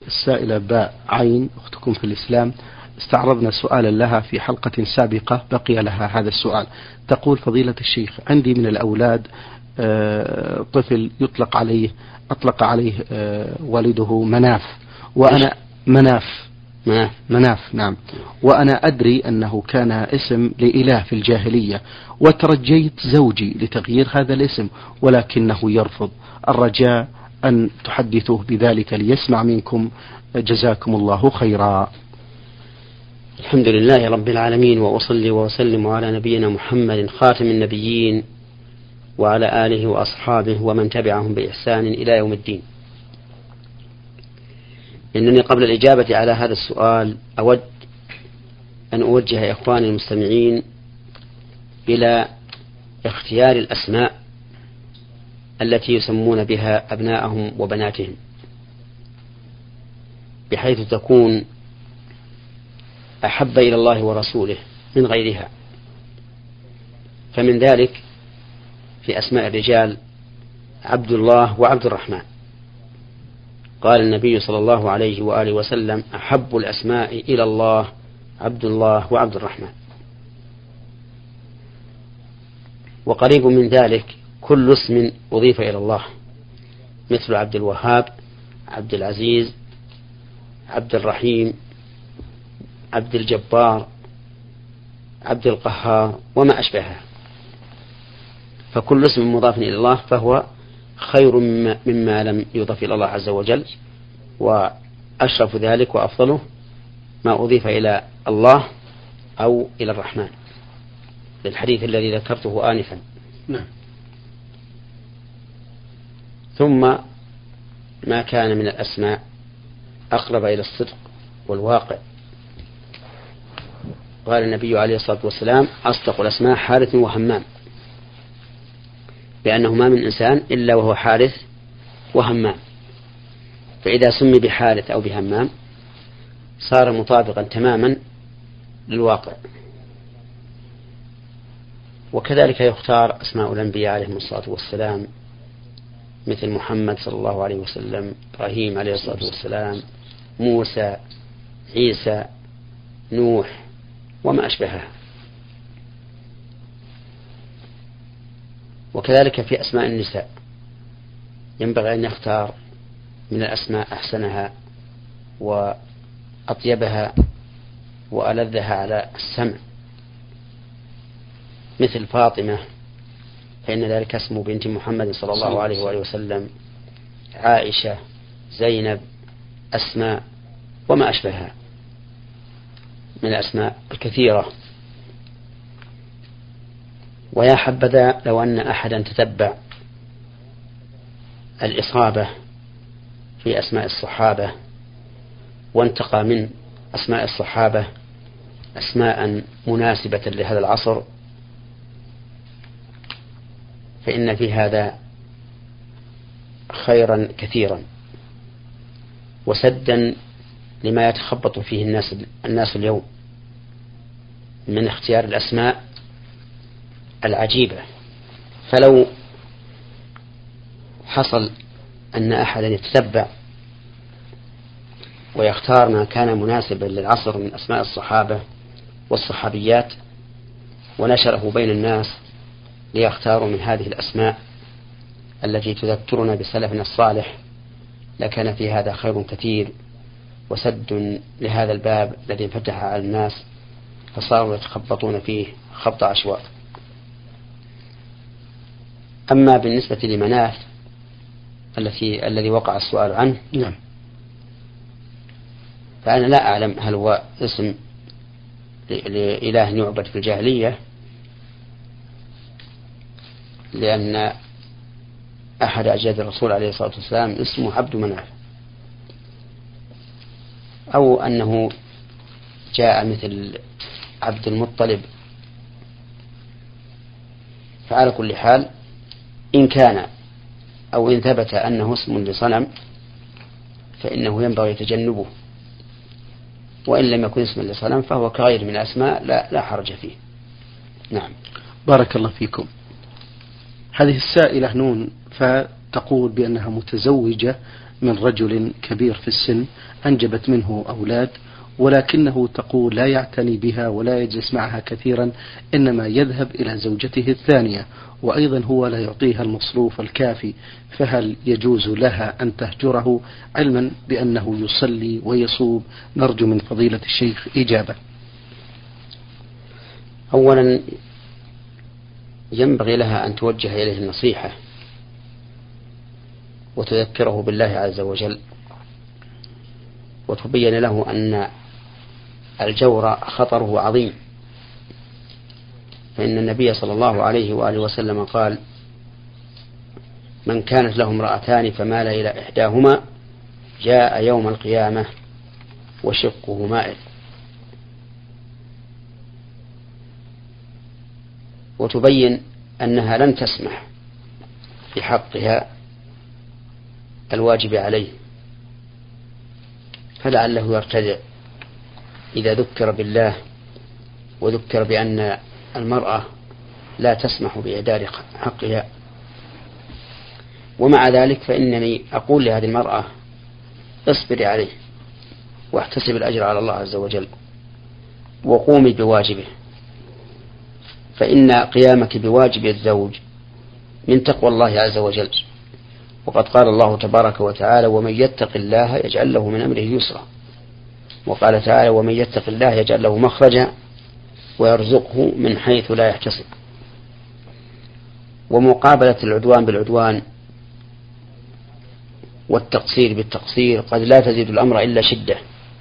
السائلة باء عين أختكم في الإسلام استعرضنا سؤالا لها في حلقة سابقة بقي لها هذا السؤال. تقول: فضيلة الشيخ، عندي من الأولاد طفل أطلق عليه والده مناف، وأنا مناف نعم، وأنا أدري أنه كان اسم لإله في الجاهلية، وترجيت زوجي لتغيير هذا الاسم ولكنه يرفض. الرجاء أن تحدثوه بذلك ليسمع منكم، جزاكم الله خيرا. الحمد لله رب العالمين، وأصلي وأسلم على نبينا محمد خاتم النبيين وعلى آله وأصحابه ومن تبعهم بإحسان إلى يوم الدين. إنني قبل الإجابة على هذا السؤال أود أن أوجه إخواني المستمعين إلى اختيار الأسماء التي يسمون بها أبناءهم وبناتهم، بحيث تكون أحب إلى الله ورسوله من غيرها. فمن ذلك في أسماء الرجال عبد الله وعبد الرحمن، قال النبي صلى الله عليه وآله وسلم: أحب الأسماء إلى الله عبد الله وعبد الرحمن. وقريب من ذلك كل اسم أضيف إلى الله، مثل عبد الوهاب، عبد العزيز، عبد الرحيم، عبد الجبار، عبد القهار وما أشبهها. فكل اسم مضاف إلى الله فهو خير مما لم يضف إلى الله عز وجل، وأشرف ذلك وأفضله ما أضيف إلى الله أو إلى الرحمن، للحديث الذي ذكرته آنفا. نعم. ثم ما كان من الأسماء أقرب إلى الصدق والواقع. قال النبي عليه الصلاة والسلام: أصدق الأسماء حارث وهمام، لأنه ما من إنسان إلا وهو حارث وهمام، فإذا سمي بحارث أو بهمام صار مطابقا تماما للواقع. وكذلك يختار أسماء الأنبياء عليهم الصلاة والسلام، مثل محمد صلى الله عليه وسلم، إبراهيم عليه الصلاة والسلام، موسى، عيسى، نوح وما أشبهها. وكذلك في أسماء النساء ينبغي أن يختار من الأسماء أحسنها وأطيبها وألذها على السمع، مثل فاطمة، فإن ذلك اسم بنت محمد صلى الله عليه وآله وسلم، عائشة، زينب، أسماء وما أشبهها من الأسماء الكثيرة. ويا حبذا لو أن أحدا تتبع الإصابة في أسماء الصحابة وانتقى من أسماء الصحابة أسماء مناسبة لهذا العصر، فإن في هذا خيرا كثيرا وسدا لما يتخبط فيه الناس اليوم من اختيار الأسماء العجيبة. فلو حصل أن أحدا يتتبع ويختار ما كان مناسبا للعصر من أسماء الصحابة والصحابيات ونشره بين الناس ليختاروا من هذه الأسماء التي تذكرنا بسلفنا الصالح، لكان في هذا خير كثير وسد لهذا الباب الذي انفتح على الناس فصاروا يتخبطون فيه خبط عشواء. أما بالنسبة لمناف الذي وقع السؤال عنه، نعم، فأنا لا أعلم هل هو اسم لإله يعبد في الجاهلية، لأن أحد أجداد الرسول عليه الصلاة والسلام اسمه عبد مناف، أو أنه جاء مثل عبد المطلب. فعلى كل حال إن كان أو إن ثبت أنه اسم لصنم فإنه ينبغي تجنبه، وإن لم يكن اسما لصنم فهو كغير من الأسماء لا حرج فيه. نعم. بارك الله فيكم. هذه السائلة نون فتقول بأنها متزوجة من رجل كبير في السن أنجبت منه أولاد، ولكنه تقول لا يعتني بها ولا يجلس معها كثيرا، إنما يذهب إلى زوجته الثانية، وأيضا هو لا يعطيها المصروف الكافي، فهل يجوز لها أن تهجره علما بأنه يصلي ويصوم؟ نرجو من فضيلة الشيخ إجابة. أولا ينبغي لها أن توجه إليه النصيحة وتذكره بالله عز وجل، وتبين له أن الجور خطره عظيم، فإن النبي صلى الله عليه وآله وسلم قال: من كانت له امرأتان فمال إلى إحداهما جاء يوم القيامة وشقه مائل. وتبين أنها لن تسمح في حقها الواجب عليه، فلعله يرتدع إذا ذكر بالله وذكر بأن المرأة لا تسمح بإهدار حقها. ومع ذلك فإنني أقول لهذه المرأة: اصبري عليه واحتسب الأجر على الله عز وجل وقومي بواجبه، فإن قيامك بواجب الزوج من تقوى الله عز وجل. وقد قال الله تبارك وتعالى: ومن يتق الله يجعل له من أمره يسرا. وقال تعالى: ومن يتق الله يجعل له مخرجا ويرزقه من حيث لا يحتسب. ومقابلة العدوان بالعدوان والتقصير بالتقصير قد لا تزيد الأمر إلا شدة،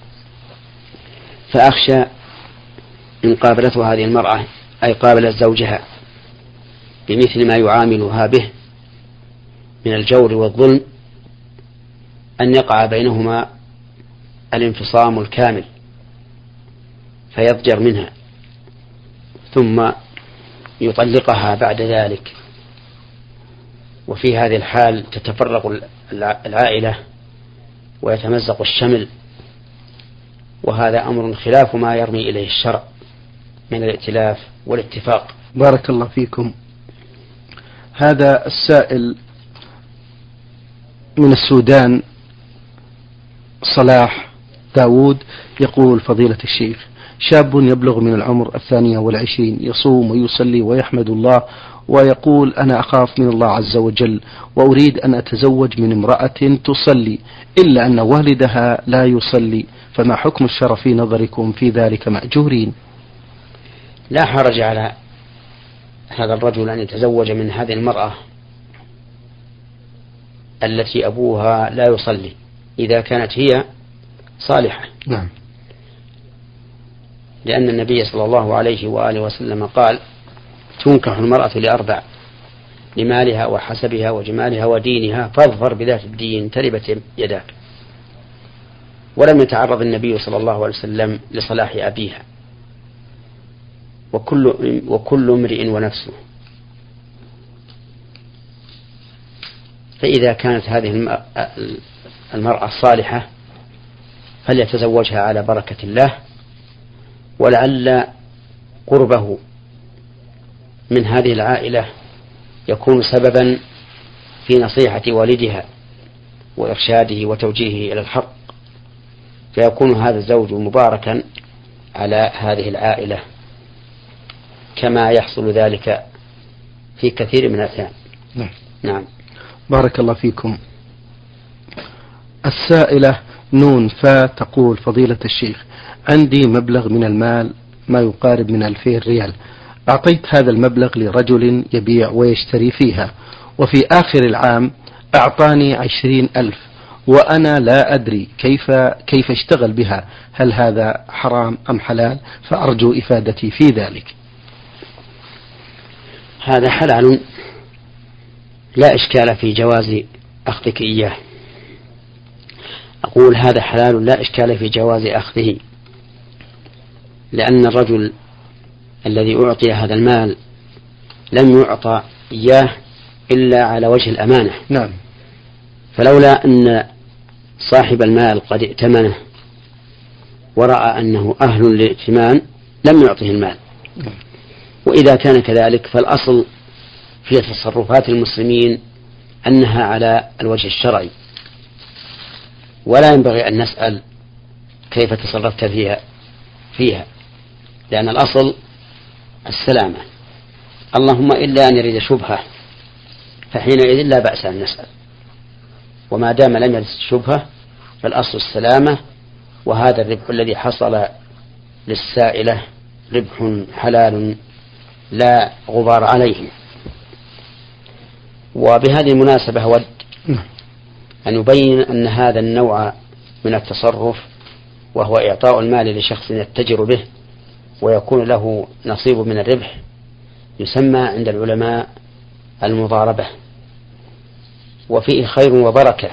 فأخشى إن قابلته هذه المرأة أي قابلت زوجها بمثل ما يعاملها به من الجور والظلم أن يقع بينهما الانفصام الكامل فيضجر منها ثم يطلقها بعد ذلك، وفي هذه الحال تتفرق العائلة ويتمزق الشمل، وهذا أمر خلاف ما يرمي إليه الشرع من الائتلاف والاتفاق. بارك الله فيكم. هذا السائل من السودان صلاح داود يقول: فضيلة الشيخ، شاب يبلغ من العمر 22 يصوم ويصلي ويحمد الله، ويقول: أنا أخاف من الله عز وجل وأريد أن أتزوج من امرأة تصلي، إلا أن والدها لا يصلي، فما حكم الشرع في نظركم في ذلك مأجورين؟ لا حرج على هذا الرجل أن يتزوج من هذه المرأة التي أبوها لا يصلي إذا كانت هي صالحة. نعم. لأن النبي صلى الله عليه وآله وسلم قال: تنكح المرأة ل4: لمالها وحسبها وجمالها ودينها، فاظفر بذات الدين تربت يداك. ولم يتعرض النبي صلى الله عليه وسلم لصلاح أبيها، وكل امرئ ونفسه. فإذا كانت هذه المرأة الصالحة فليتزوجها على بركة الله، ولعل قربه من هذه العائلة يكون سببا في نصيحة والدها وإرشاده وتوجيهه إلى الحق، فيكون هذا الزوج مباركا على هذه العائلة، كما يحصل ذلك في كثير من الأحيان. نعم. بارك الله فيكم. السائلة نون فا تقول: فضيلة الشيخ، عندي مبلغ من المال ما يقارب من 2000 ريال، أعطيت هذا المبلغ لرجل يبيع ويشتري فيها، وفي آخر العام أعطاني 20,000 وأنا لا أدري كيف اشتغل بها، هل هذا حرام أم حلال؟ فأرجو إفادتي في ذلك. هذا حلال لا إشكال في جواز أخذك إياه. أقول هذا حلال لا إشكال في جواز أخذه، لأن الرجل الذي أعطي هذا المال لم يعطى إياه إلا على وجه الأمانة. نعم. فلولا أن صاحب المال قد ائتمنه ورأى أنه أهل للائتمان لم يعطه المال. وإذا كان كذلك فالأصل في تصرفات المسلمين أنها على الوجه الشرعي، ولا ينبغي أن نسأل كيف تصرفت فيها لأن الأصل السلامة، اللهم إلا أن يريد شبهة فحينئذ لا بأس أن نسأل، وما دام لم يرد شبهة فالأصل السلامة، وهذا الربح الذي حصل للسائلة ربح حلال لا غبار عليه. وبهذه المناسبة أود أن يبين أن هذا النوع من التصرف وهو إعطاء المال لشخص يتجر به ويكون له نصيب من الربح يسمى عند العلماء المضاربة، وفيه خير وبركة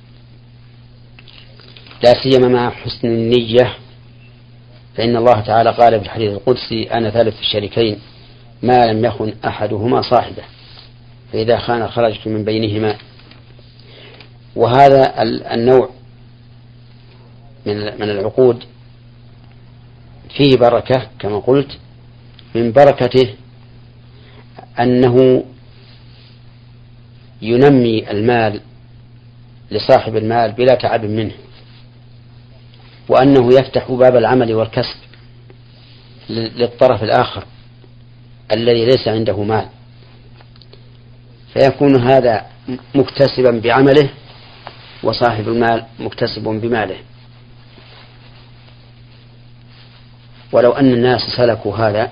لا سيما مع حسن النية، فإن الله تعالى قال في الحديث القدسي أنا ثالث الشريكين ما لم يخن أحدهما صاحبه فإذا خان خرجت من بينهما. وهذا النوع من العقود فيه بركة كما قلت، من بركته أنه ينمي المال لصاحب المال بلا تعب منه، وأنه يفتح باب العمل والكسب للطرف الآخر الذي ليس عنده مال، فيكون هذا مكتسبا بعمله وصاحب المال مكتسب بماله. ولو أن الناس سلكوا هذا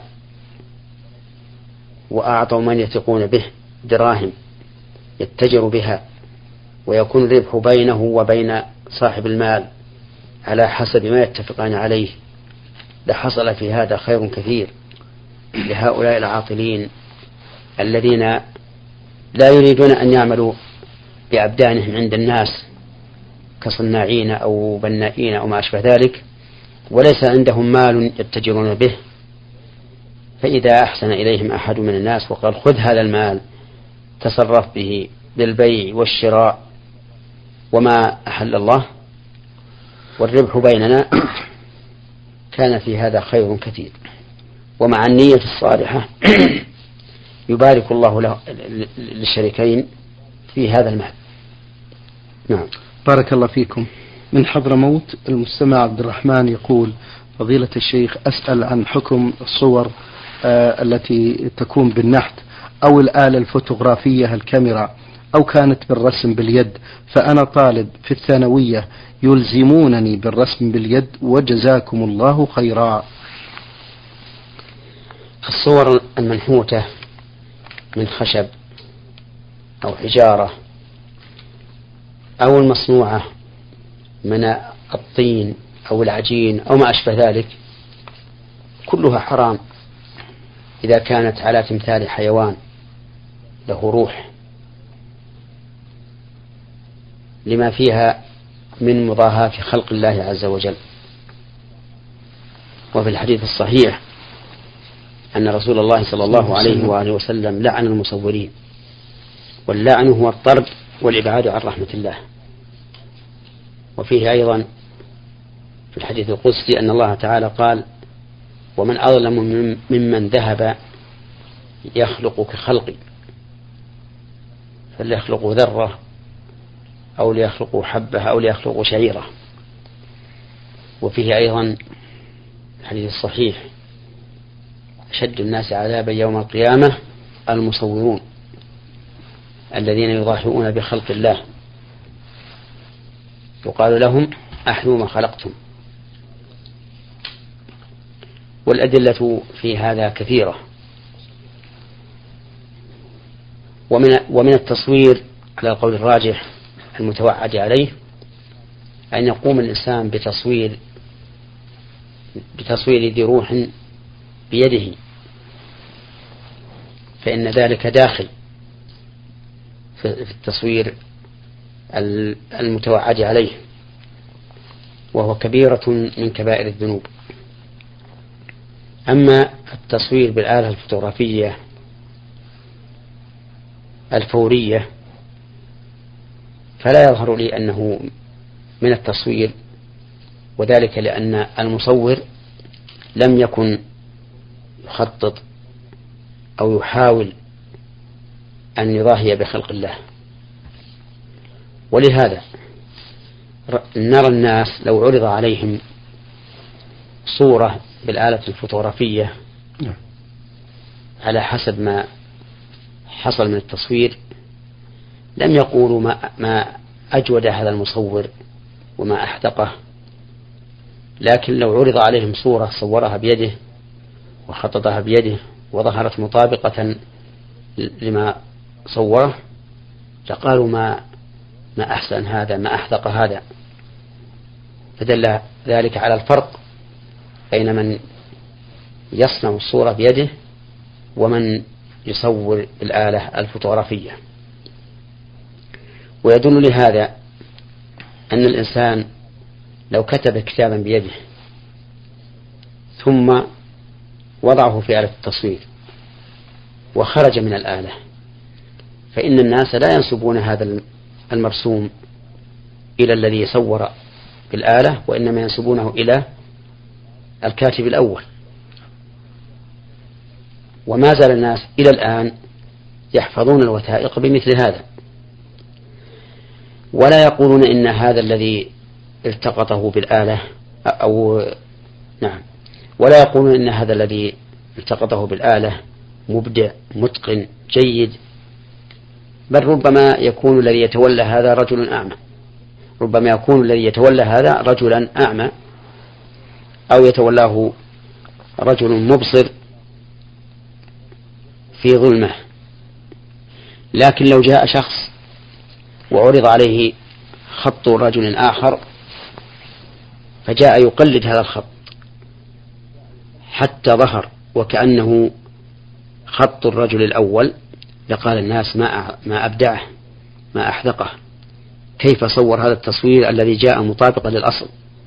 وأعطوا من يثقون به دراهم يتجر بها ويكون الربح بينه وبين صاحب المال على حسب ما يتفقان عليه لحصل في هذا خير كثير لهؤلاء العاطلين الذين لا يريدون أن يعملوا بأبدانهم عند الناس كصناعين أو بنائين أو ما أشبه ذلك، وليس عندهم مال يتجرون به، فإذا أحسن إليهم أحد من الناس وقال خذ هذا المال تصرف به بالبيع والشراء وما أحل الله والربح بيننا، كان في هذا خير كثير. ومع النية الصالحة يبارك الله للشريكين في هذا المال. نعم. بارك الله فيكم. من حضرموت المستمع عبد الرحمن يقول فضيلة الشيخ أسأل عن حكم الصور التي تكون بالنحت أو الآلة الفوتوغرافية الكاميرا أو كانت بالرسم باليد، فأنا طالب في الثانوية يلزمونني بالرسم باليد وجزاكم الله خيرا. الصور المنحوتة من خشب أو حجارة أو المصنوعة من الطين أو العجين أو ما أشبه ذلك كلها حرام إذا كانت على تمثال حيوان له روح، لما فيها من مضاهاة خلق الله عز وجل. وفي الحديث الصحيح أن رسول الله صلى الله عليه وآله وسلم لعن المصورين، واللعن هو الطرد والإبعاد عن رحمة الله. وفيه أيضا في الحديث القدسي أن الله تعالى قال ومن أظلم ممن ذهب يخلق كخلقي، فليخلقوا ذرة أو ليخلقوا حبة أو ليخلقوا شعيرة. وفيه أيضا الحديث الصحيح أشد الناس عذابا يوم القيامة المصورون الذين يضاهئون بخلق الله، يقال لهم أحيوا ما خلقتم. والأدلة في هذا كثيرة. ومن التصوير على القول الراجح المتوعد عليه أن يقوم الإنسان بتصوير ذي روح بيده، فإن ذلك داخل في التصوير المتوعد عليه، وهو كبيرة من كبائر الذنوب. أما التصوير بالآلة الفوتوغرافية الفورية فلا يظهر لي أنه من التصوير، وذلك لأن المصور لم يكن يخطط أو يحاول أن يضاهي بخلق الله. ولهذا نرى الناس لو عرض عليهم صورة بالآلة الفوتوغرافية على حسب ما حصل من التصوير لم يقولوا ما أجود هذا المصور وما أحدقه، لكن لو عرض عليهم صورة صورها بيده وخططها بيده وظهرت مطابقة لما صوره لقالوا ما أحسن هذا، ما أحدق هذا. فدل ذلك على الفرق بين من يصنع الصورة بيده ومن يصور بالآلة الفوتوغرافية. ويدل لهذا أن الإنسان لو كتب كتابا بيده ثم وضعه في آلة التصوير وخرج من الآلة فإن الناس لا ينسبون هذا المرسوم إلى الذي صور بالآلة، وإنما ينسبونه إلى الكاتب الأول. وما زال الناس إلى الآن يحفظون الوثائق بمثل هذا، ولا يقولون إن هذا الذي التقطه بالآلة ولا يقولون إن هذا الذي التقطه بالآلة مبدع متقن جيد، بل ربما يكون الذي يتولى هذا رجل أعمى، ربما يكون الذي يتولى هذا رجلا أعمى أو يتولاه رجل مبصر في ظلمة. لكن لو جاء شخص وعرض عليه خط رجل آخر فجاء يقلد هذا الخط حتى ظهر وكأنه خط الرجل الأول لقال الناس ما أبدعه ما أحدقه، كيف صور هذا التصوير الذي جاء مطابقا للأصل.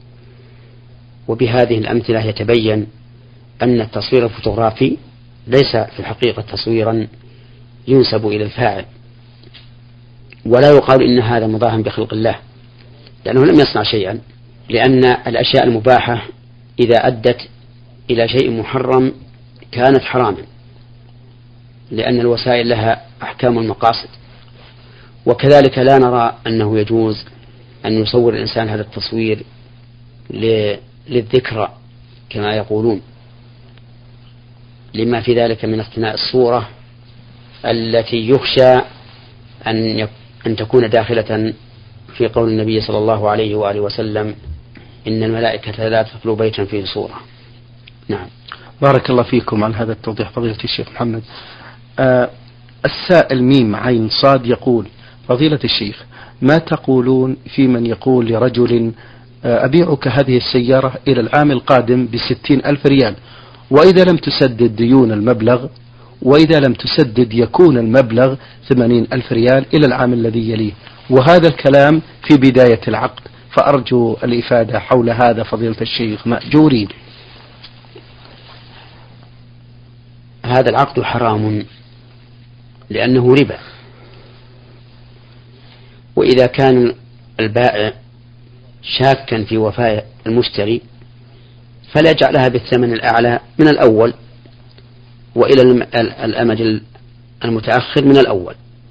وبهذه الأمثلة يتبين أن التصوير الفوتوغرافي ليس في الحقيقة تصويرا ينسب إلى الفاعل، ولا يقال إن هذا مضاهم بخلق الله، لأنه لم يصنع شيئا، لأن الأشياء المباحة إذا أدت إلى شيء محرم كانت حراما، لأن الوسائل لها أحكام المقاصد. وكذلك لا نرى أنه يجوز أن يصور الإنسان هذا التصوير للذكرى كما يقولون، لما في ذلك من اقتناء الصورة التي يخشى أن تكون داخلة في قول النبي صلى الله عليه وآله وسلم إن الملائكة لا تدخل بيتا فيه صورة. نعم. بارك الله فيكم عن هذا التوضيح فضيلة الشيخ محمد. السائل ميم عين صاد يقول: فضيلة الشيخ، ما تقولون في من يقول لرجل أبيعك هذه السيارة إلى العام القادم ب60,000 ريال، وإذا لم تسدد ديون المبلغ، وإذا لم تسدد يكون المبلغ 80,000 ريال إلى العام الذي يليه، وهذا الكلام في بداية العقد، فأرجو الإفادة حول هذا فضيلة الشيخ مأجورين. هذا العقد حرام لأنه ربا، وإذا كان البائع شاكا في وفاء المشتري فلا يجعلها بالثمن الأعلى من الأول وإلى الأمد المتأخر من الأول.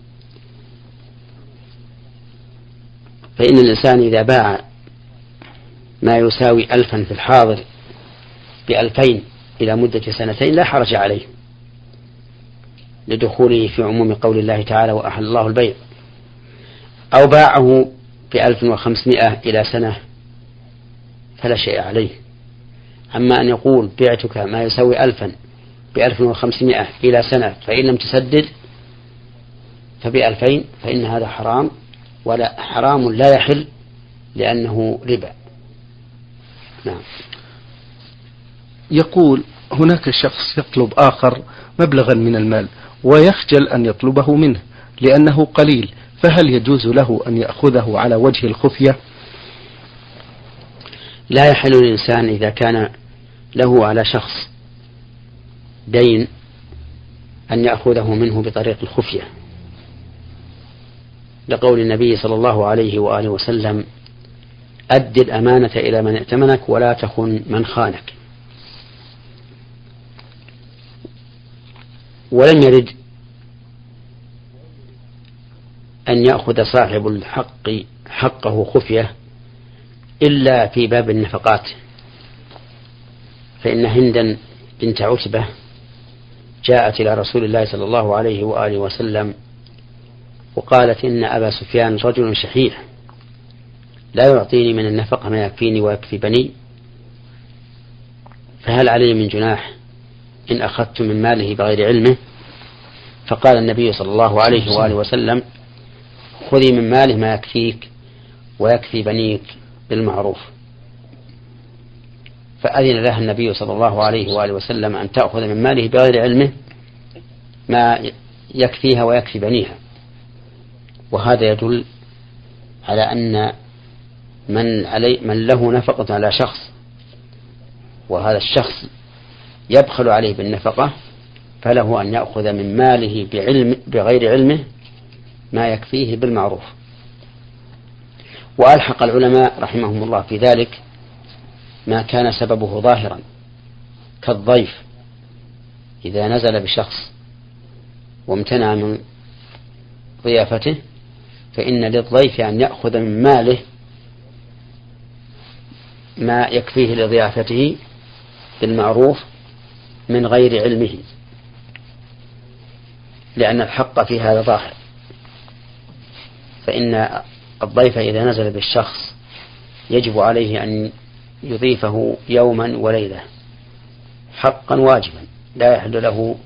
فإن الإنسان إذا باع ما يساوي 1000 في الحاضر ب2000 إلى مدة 2 لا حرج عليه لدخوله في عموم قول الله تعالى وأحل الله البيع، أو باعه ب1500 إلى سنة فلا شيء عليه. أما أن يقول بعتك ما يساوي 1000 ب1500 إلى سنة فإن لم تسدد ب2000 فإن هذا حرام، ولا حرام لا يحل لأنه ربا. نعم. يقول: هناك شخص يطلب آخر مبلغا من المال ويخجل أن يطلبه منه لأنه قليل، فهل يجوز له أن يأخذه على وجه الخفية؟ لا يحل للإنسان إذا كان له على شخص دين أن يأخذه منه بطريق الخفية، لقول النبي صلى الله عليه وآله وسلم: أد الأمانة إلى من ائتمنك ولا تخن من خانك. ولم يرد أن يأخذ صاحب الحق حقه خفية إلا في باب النفقات، فإن هندا بنت عتبة جاءت إلى رسول الله صلى الله عليه وآله وسلم وقالت إن أبا سفيان رجل شحيح لا يعطيني من النفقة ما يكفيني ويكفي بني، فهل علي من جناح إن أخذت من ماله بغير علمه؟ فقال النبي صلى الله عليه وآله وسلم خذي من ماله ما يكفيك ويكفي بنيك بالمعروف. فأذن لها النبي صلى الله عليه وآله وسلم أن تأخذ من ماله بغير علمه ما يكفيها ويكفي بنيها. وهذا يدل على أن من له نفقة على شخص وهذا الشخص يبخل عليه بالنفقة فله أن يأخذ من ماله بغير علمه ما يكفيه بالمعروف. وألحق العلماء رحمهم الله في ذلك ما كان سببه ظاهرا كالضيف إذا نزل بشخص وامتنع من ضيافته فإن للضيف أن يأخذ من ماله ما يكفيه لضيافته بالمعروف من غير علمه، لأن الحق في هذا ظاهر. فإن الضيف إذا نزل بالشخص يجب عليه أن يضيفه يوما وليلة حقا واجبا، لا يحل له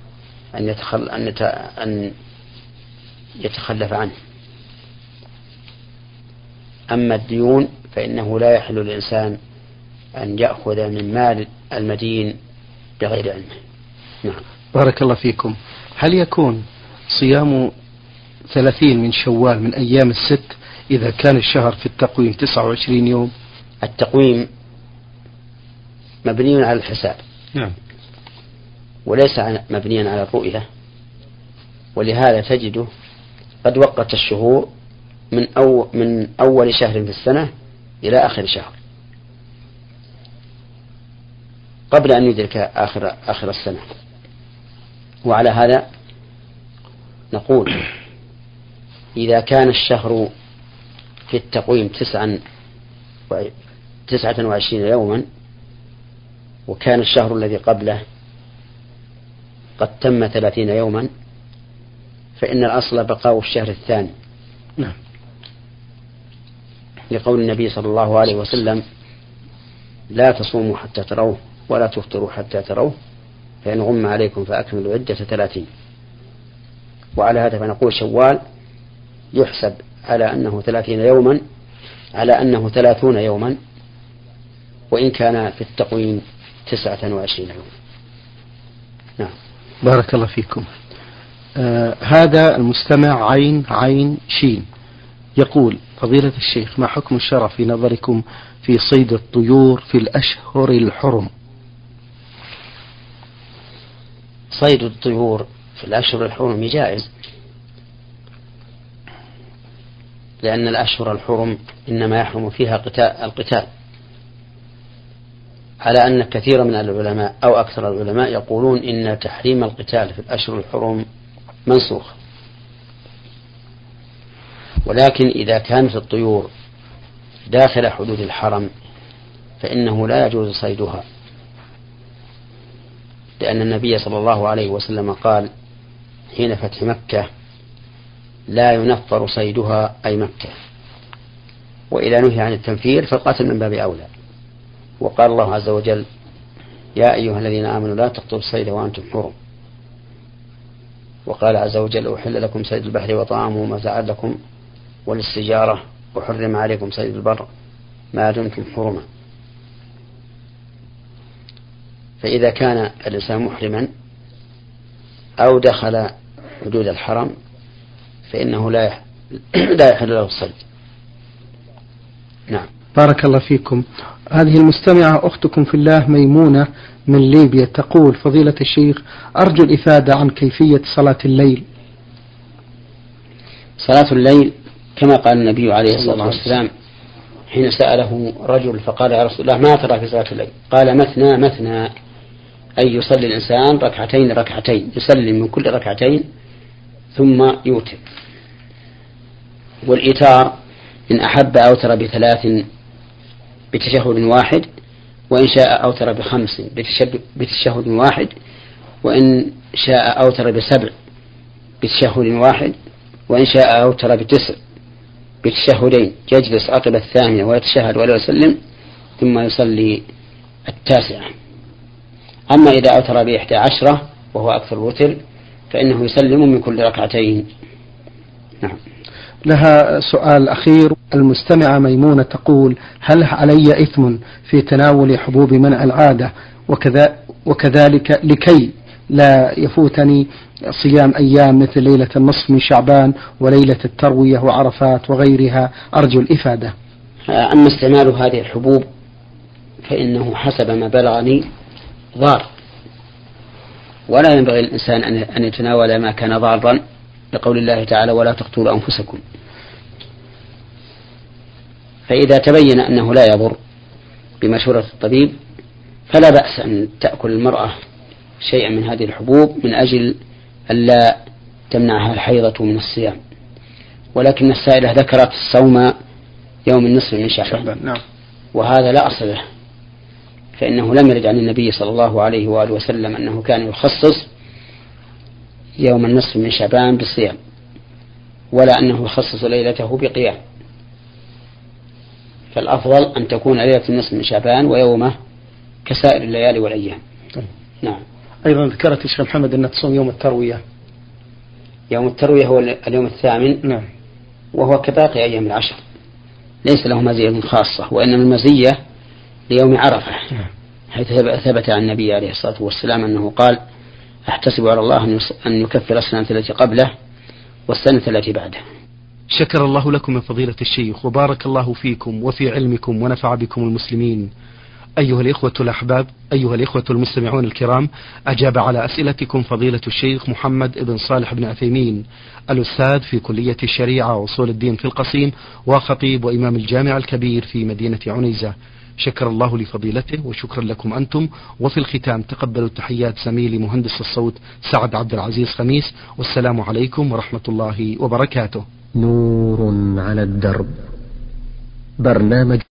أن يتخلف عنه. أما الديون فإنه لا يحل للإنسان أن يأخذ من مال المدين بغير علمه. نعم. بارك الله فيكم. هل يكون صيام 30 من شوال من أيام الست إذا كان الشهر في التقويم 29 يوم؟ التقويم مبني على الحساب، نعم، وليس مبنيا على الرؤية، ولهذا تجده قد وقت الشهور من أول شهر في السنة إلى آخر شهر قبل أن يدرك آخر السنة. وعلى هذا نقول إذا كان الشهر في التقويم 29 يوما وكان الشهر الذي قبله قد تم 30 يوما فإن الأصل بقاء الشهر الثاني. نعم. لقول النبي صلى الله عليه وسلم لا تصوموا حتى تروه ولا تفطروا حتى تروه فإن غم عليكم فأكملوا عدة 30. وعلى هذا فنقول شوال يحسب على أنه 30 يوما على أنه 30 يوما وإن كان في التقويم 29 يوما. نعم. بارك الله فيكم. هذا المستمع عين شين يقول فضيلة الشيخ ما حكم الشرع في نظركم في صيد الطيور في الأشهر الحرم؟ صيد الطيور في الأشهر الحرم جائز، لأن الأشهر الحرم إنما يحرم فيها القتال، على أن كثير من العلماء أو أكثر العلماء يقولون إن تحريم القتال في الأشهر الحرم منسوخ. ولكن إذا كانت الطيور داخل حدود الحرم فإنه لا يجوز صيدها، لأن النبي صلى الله عليه وسلم قال حين فتح مكة لا ينفر صيدها أي مكة، وإذا نهي عن التنفير فالقتل من باب أولى. وقال الله عز وجل يا أيها الذين آمنوا لا تقتلوا الصيد وأنتم حرم. وقال عز وجل أحل لكم صيد البحر وطعامه متاعا لكم وللسجارة وحرم عليكم صيد البر ما دمتم حرما. فإذا كان الإنسان محرما أو دخل حدود الحرم فإنه لا يحل له الصيد. نعم. بارك الله فيكم. هذه المستمعة أختكم في الله ميمونة من ليبيا تقول فضيلة الشيخ أرجو الإفادة عن كيفية صلاة الليل. صلاة الليل كما قال النبي عليه الصلاة والسلام حين سأله رجل فقال يا رسول الله ما ترى في صلاة الليل؟ قال مثنى مثنى، أي يصلي الإنسان ركعتين يسلم من كل ركعتين ثم يوتر. والإيتار إن أحب أوتر ب3 بتشهد واحد، وإن شاء أوتر ب5 بتشهد واحد، وإن شاء أوتر ب7 بتشهد واحد، وإن شاء أوتر ب9 بتشهدين، يجلس عقب الثامنة ويتشهد ولا يسلم ثم يصلي 9. أما إذا أوتر ب11 وهو أكثر الوتر فإنه يسلم من كل ركعتين. نعم. لها سؤال أخير. المستمعة ميمونة تقول: هل علي إثم في تناول حبوب منع العادة وكذلك لكي لا يفوتني صيام أيام مثل ليلة النصف من شعبان وليلة التروية وعرفات وغيرها؟ أرجو الإفادة. أما استعمال هذه الحبوب فإنه حسب ما بلغني ضار، ولا ينبغي الإنسان أن يتناول ما كان ضارا، لقول الله تعالى: ولا تقتلوا أنفسكم. فإذا تبين أنه لا يضر بمشورة الطبيب فلا بأس أن تأكل المرأة شيئا من هذه الحبوب من أجل ألا تمنعها الحيضة من الصيام. ولكن السائلة ذكرت الصوم يوم النصف من شعبان، نعم، وهذا لا أصل له، فإنه لم يرد عن النبي صلى الله عليه وآله وسلم أنه كان يخصص يوم النصف من شعبان بالصيام، ولا أنه يخصص ليلته بقيام. فالأفضل أن تكون ليلة النصف من شعبان ويومه كسائر الليالي والأيام. نعم. أيضا ذكرت الشيخ محمد أن تصوم يوم التروية. يوم التروية هو اليوم الثامن. نعم. وهو كباقي أيام العشر، ليس له مزية خاصة، وإنما المزية ليوم عرفة، حيث ثبت عن النبي عليه الصلاة والسلام أنه قال: أحتسب على الله أن يكفر السنة التي قبله والسنة التي بعده. شكر الله لكم من فضيلة الشيخ، وبارك الله فيكم وفي علمكم ونفع بكم المسلمين. أيها الإخوة الأحباب، أيها الإخوة المستمعون الكرام، أجاب على أسئلتكم فضيلة الشيخ محمد بن صالح بن عثيمين، الأستاذ في كلية الشريعة وأصول الدين في القصيم، وخطيب وإمام الجامع الكبير في مدينة عنيزة. شكر الله لفضيلته وشكرا لكم أنتم. وفي الختام تقبلوا تحيات زميلي مهندس الصوت سعد عبد العزيز خميس، والسلام عليكم ورحمة الله وبركاته. نور على الدرب، برنامج